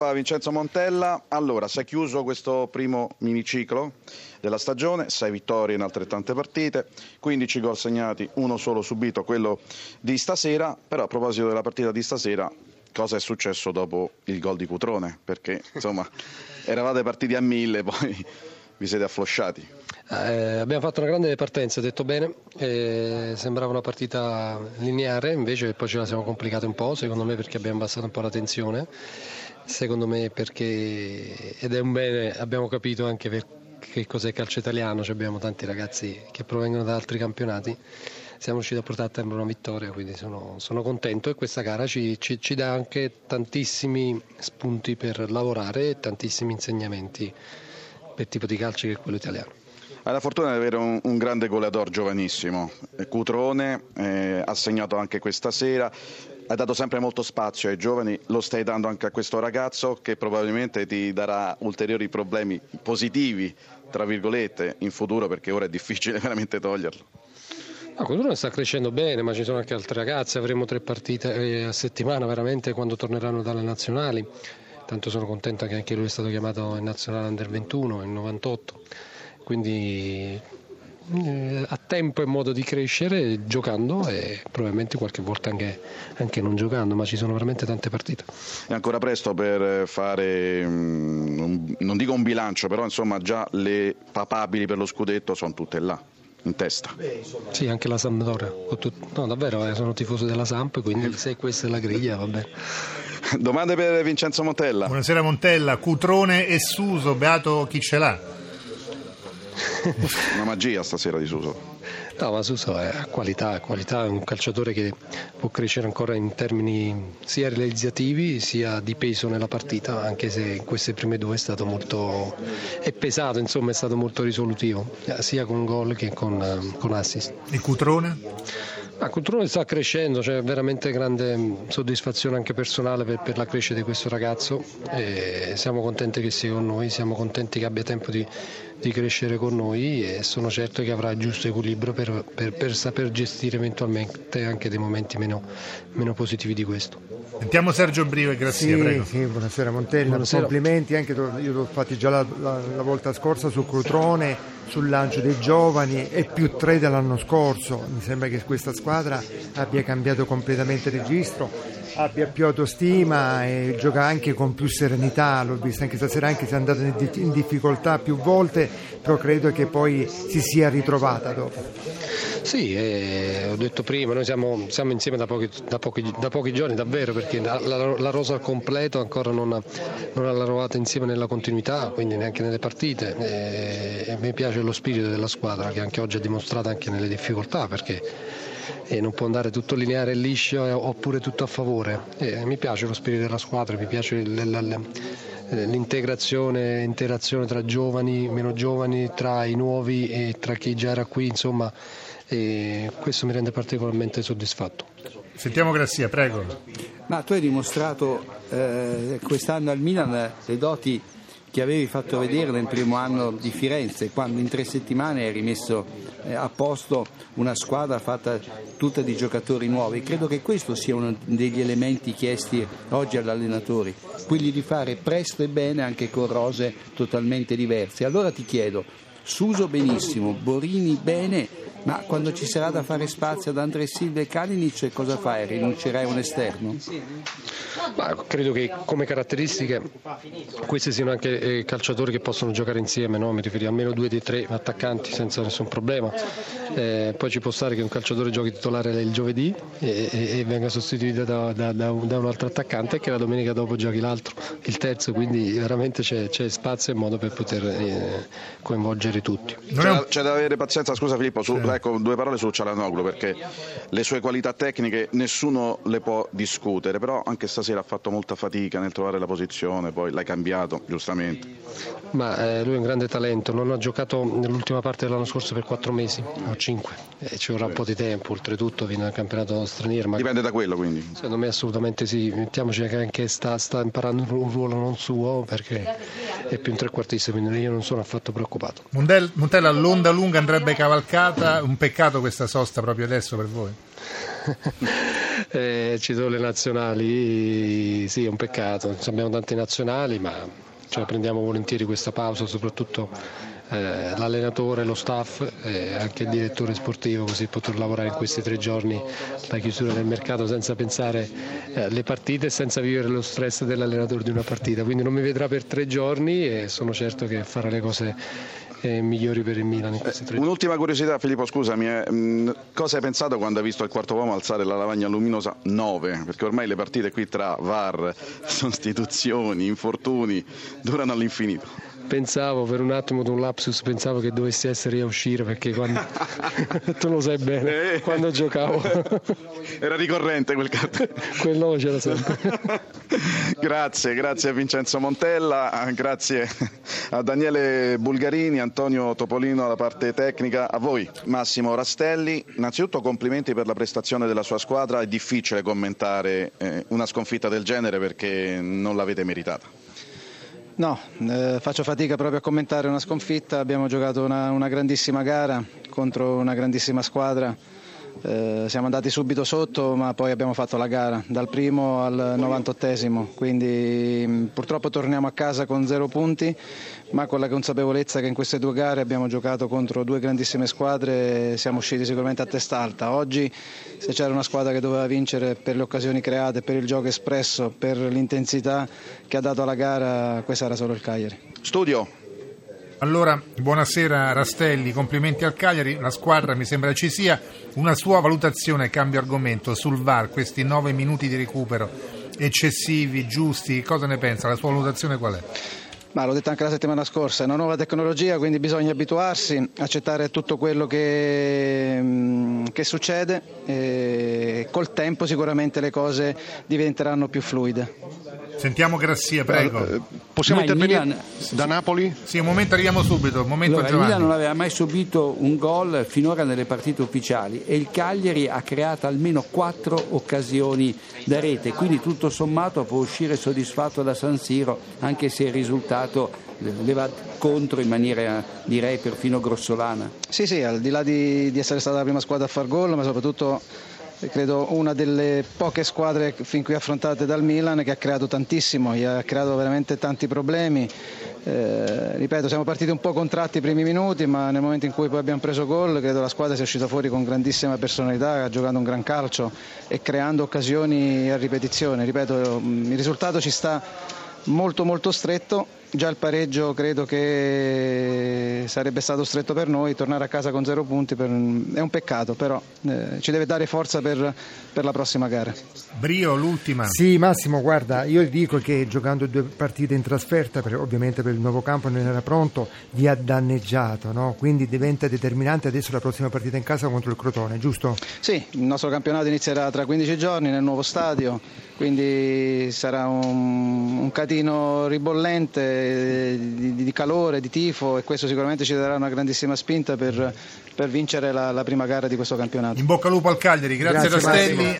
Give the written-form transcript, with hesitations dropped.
Vincenzo Montella. Allora, si è chiuso questo primo miniciclo della stagione, 6 vittorie in altrettante partite, 15 gol segnati, uno solo subito, quello di stasera. Però a proposito della partita di stasera, cosa è successo dopo il gol di Cutrone? Perché insomma eravate partiti a 1000, poi vi siete afflosciati. Abbiamo fatto una grande partenza, hai detto bene, sembrava una partita lineare, invece poi ce la siamo complicata un po', secondo me perché abbiamo abbassato un po' la tensione, secondo me perché, ed è un bene, abbiamo capito anche che cos'è calcio italiano, cioè abbiamo tanti ragazzi che provengono da altri campionati, siamo riusciti a portare a termine una vittoria, quindi sono contento, e questa gara ci dà anche tantissimi spunti per lavorare e tantissimi insegnamenti per il tipo di calcio che è quello italiano. Hai la fortuna di avere un grande goleador giovanissimo, Cutrone, ha segnato anche questa sera, hai dato sempre molto spazio ai giovani, lo stai dando anche a questo ragazzo che probabilmente ti darà ulteriori problemi positivi, tra virgolette, in futuro, perché ora è difficile veramente toglierlo. Cutrone sta crescendo bene, ma ci sono anche altri ragazzi, avremo 3 partite a settimana veramente quando torneranno dalle nazionali, tanto sono contento che anche lui è stato chiamato in nazionale Under 21 nel 98. Quindi ha tempo e modo di crescere giocando e probabilmente qualche volta anche non giocando, ma ci sono veramente tante partite. È ancora presto per fare, non dico un bilancio, però insomma già le papabili per lo scudetto sono tutte là, in testa. Sì, anche la Sampdoria. No, davvero, sono tifoso della Samp, quindi se questa è la griglia va bene. Domande per Vincenzo Montella. Buonasera Montella, Cutrone e Suso, beato chi ce l'ha? Una magia stasera di Suso. No, ma Suso è qualità, è un calciatore che può crescere ancora in termini sia realizzativi sia di peso nella partita, anche se in queste prime 2 è stato molto pesato, insomma è stato molto risolutivo, sia con gol che con assist. E Cutrone? Cutrone sta crescendo, c'è veramente grande soddisfazione anche personale per la crescita di questo ragazzo, e siamo contenti che sia con noi, siamo contenti che abbia tempo di crescere con noi, e sono certo che avrà il giusto equilibrio per saper gestire eventualmente anche dei momenti meno positivi di questo. Sentiamo Sergio Brio e Grazia, prego. Sì, buonasera Montella, Buonasera. Complimenti, anche io l'ho fatti già la volta scorsa su Cutrone, sul lancio dei giovani, e più 3 dell'anno scorso. Mi sembra che questa squadra abbia cambiato completamente registro, abbia più autostima e gioca anche con più serenità. L'ho vista anche stasera, anche se è andata in difficoltà più volte, però credo che poi si sia ritrovata dopo. Sì, ho detto prima, noi siamo insieme da pochi giorni davvero, perché la rosa al completo ancora non ha lavorato insieme nella continuità, quindi neanche nelle partite, e mi piace lo spirito della squadra, che anche oggi ha dimostrato anche nelle difficoltà, perché non può andare tutto lineare e liscio oppure tutto a favore. Mi piace lo spirito della squadra, mi piace l'interazione tra giovani, meno giovani, tra i nuovi e tra chi già era qui, insomma, e questo mi rende particolarmente soddisfatto. Sentiamo Grazia, prego. Ma tu hai dimostrato quest'anno al Milan le doti che avevi fatto vedere nel primo anno di Firenze, quando in 3 settimane hai rimesso a posto una squadra fatta tutta di giocatori nuovi. Credo che questo sia uno degli elementi chiesti oggi agli allenatori, quelli di fare presto e bene anche con rose totalmente diverse. Allora ti chiedo, Suso benissimo, Borini bene, ma quando ci sarà da fare spazio ad André Silva e Kalinic, cosa fai? Rinuncerai a un esterno? Ma credo che come caratteristiche questi siano anche calciatori che possono giocare insieme, no? Mi riferisco almeno 2 dei 3 attaccanti senza nessun problema. Poi ci può stare che un calciatore giochi titolare il giovedì e venga sostituito da un altro attaccante, e che la domenica dopo giochi il terzo, quindi veramente c'è spazio e modo per poter coinvolgere tutti. C'è da avere pazienza, scusa Filippo, ecco 2 parole su Çalhanoğlu, perché le sue qualità tecniche nessuno le può discutere, però anche stasera ha fatto molta fatica nel trovare la posizione, poi l'hai cambiato giustamente. Ma lui è un grande talento, non ha giocato nell'ultima parte dell'anno scorso per 4 mesi o 5, ci vorrà un po' di tempo, oltretutto viene dal campionato straniero, ma dipende da quello, quindi secondo me assolutamente sì. Mettiamoci che anche sta imparando un ruolo non suo, perché è più un trequartista, quindi io non sono affatto preoccupato. Montella, l'onda lunga andrebbe cavalcata, un peccato questa sosta proprio adesso per voi? Ci sono le nazionali, sì, è un peccato, abbiamo tante nazionali, ma ce la prendiamo volentieri questa pausa, soprattutto l'allenatore, lo staff e anche il direttore sportivo, così poter lavorare in questi 3 giorni, la chiusura del mercato, senza pensare alle partite e senza vivere lo stress dell'allenatore di una partita. Quindi non mi vedrà per 3 giorni e sono certo che farà le cose migliori per il Milan in questi 3 giorni. Un'ultima curiosità, Filippo, scusami, cosa hai pensato quando hai visto il quarto uomo alzare la lavagna luminosa 9? Perché ormai le partite qui tra VAR, sostituzioni, infortuni durano all'infinito. Pensavo per un attimo, un lapsus, pensavo che dovessi essere io a uscire, perché quando tu lo sai bene, quando giocavo era ricorrente quel cartone. Quello c'era sempre. Grazie a Vincenzo Montella, grazie a Daniele Bulgarini, Antonio Topolino alla parte tecnica, a voi Massimo Rastelli. Innanzitutto complimenti per la prestazione della sua squadra, è difficile commentare una sconfitta del genere perché non l'avete meritata. No, faccio fatica proprio a commentare una sconfitta. Abbiamo giocato una grandissima gara contro una grandissima squadra. Siamo andati subito sotto, ma poi abbiamo fatto la gara dal primo al 98esimo, quindi purtroppo torniamo a casa con 0 punti, ma con la consapevolezza che in queste 2 gare abbiamo giocato contro 2 grandissime squadre, siamo usciti sicuramente a testa alta. Oggi, se c'era una squadra che doveva vincere per le occasioni create, per il gioco espresso, per l'intensità che ha dato alla gara, questa era solo il Cagliari. Studio. Allora, buonasera Rastelli, complimenti al Cagliari, la squadra mi sembra ci sia. Una sua valutazione, cambio argomento, sul VAR, questi 9 minuti di recupero eccessivi, giusti, cosa ne pensa? La sua valutazione qual è? Ma l'ho detto anche la settimana scorsa, è una nuova tecnologia, quindi bisogna abituarsi, accettare tutto quello che succede e col tempo sicuramente le cose diventeranno più fluide. Sentiamo Grassia, prego. Possiamo intervenire da Napoli? Sì, un momento, arriviamo subito. Il Milan non aveva mai subito un gol finora nelle partite ufficiali e il Cagliari ha creato almeno 4 occasioni da rete, quindi tutto sommato può uscire soddisfatto da San Siro, anche se il risultato le va contro in maniera, direi, perfino grossolana. Sì, al di là di essere stata la prima squadra a far gol, ma soprattutto credo una delle poche squadre fin qui affrontate dal Milan che ha creato tantissimo, gli ha creato veramente tanti problemi. Ripeto, siamo partiti un po' contratti i primi minuti, ma nel momento in cui poi abbiamo preso gol credo la squadra sia uscita fuori con grandissima personalità, giocando un gran calcio e creando occasioni a ripetizione. Ripeto, il risultato ci sta molto molto stretto, già il pareggio credo che sarebbe stato stretto per noi, tornare a casa con 0 punti è un peccato, però ci deve dare forza per la prossima gara. Brio, l'ultima. Sì, Massimo, guarda, io dico che giocando 2 partite in trasferta, ovviamente per il nuovo campo non era pronto, vi ha danneggiato, no? Quindi diventa determinante adesso la prossima partita in casa contro il Crotone, giusto? Sì, il nostro campionato inizierà tra 15 giorni nel nuovo stadio, quindi sarà un catino ribollente di calore, di tifo, e questo sicuramente ci darà una grandissima spinta per vincere la prima gara di questo campionato. In bocca al lupo al Cagliari, grazie Rastelli.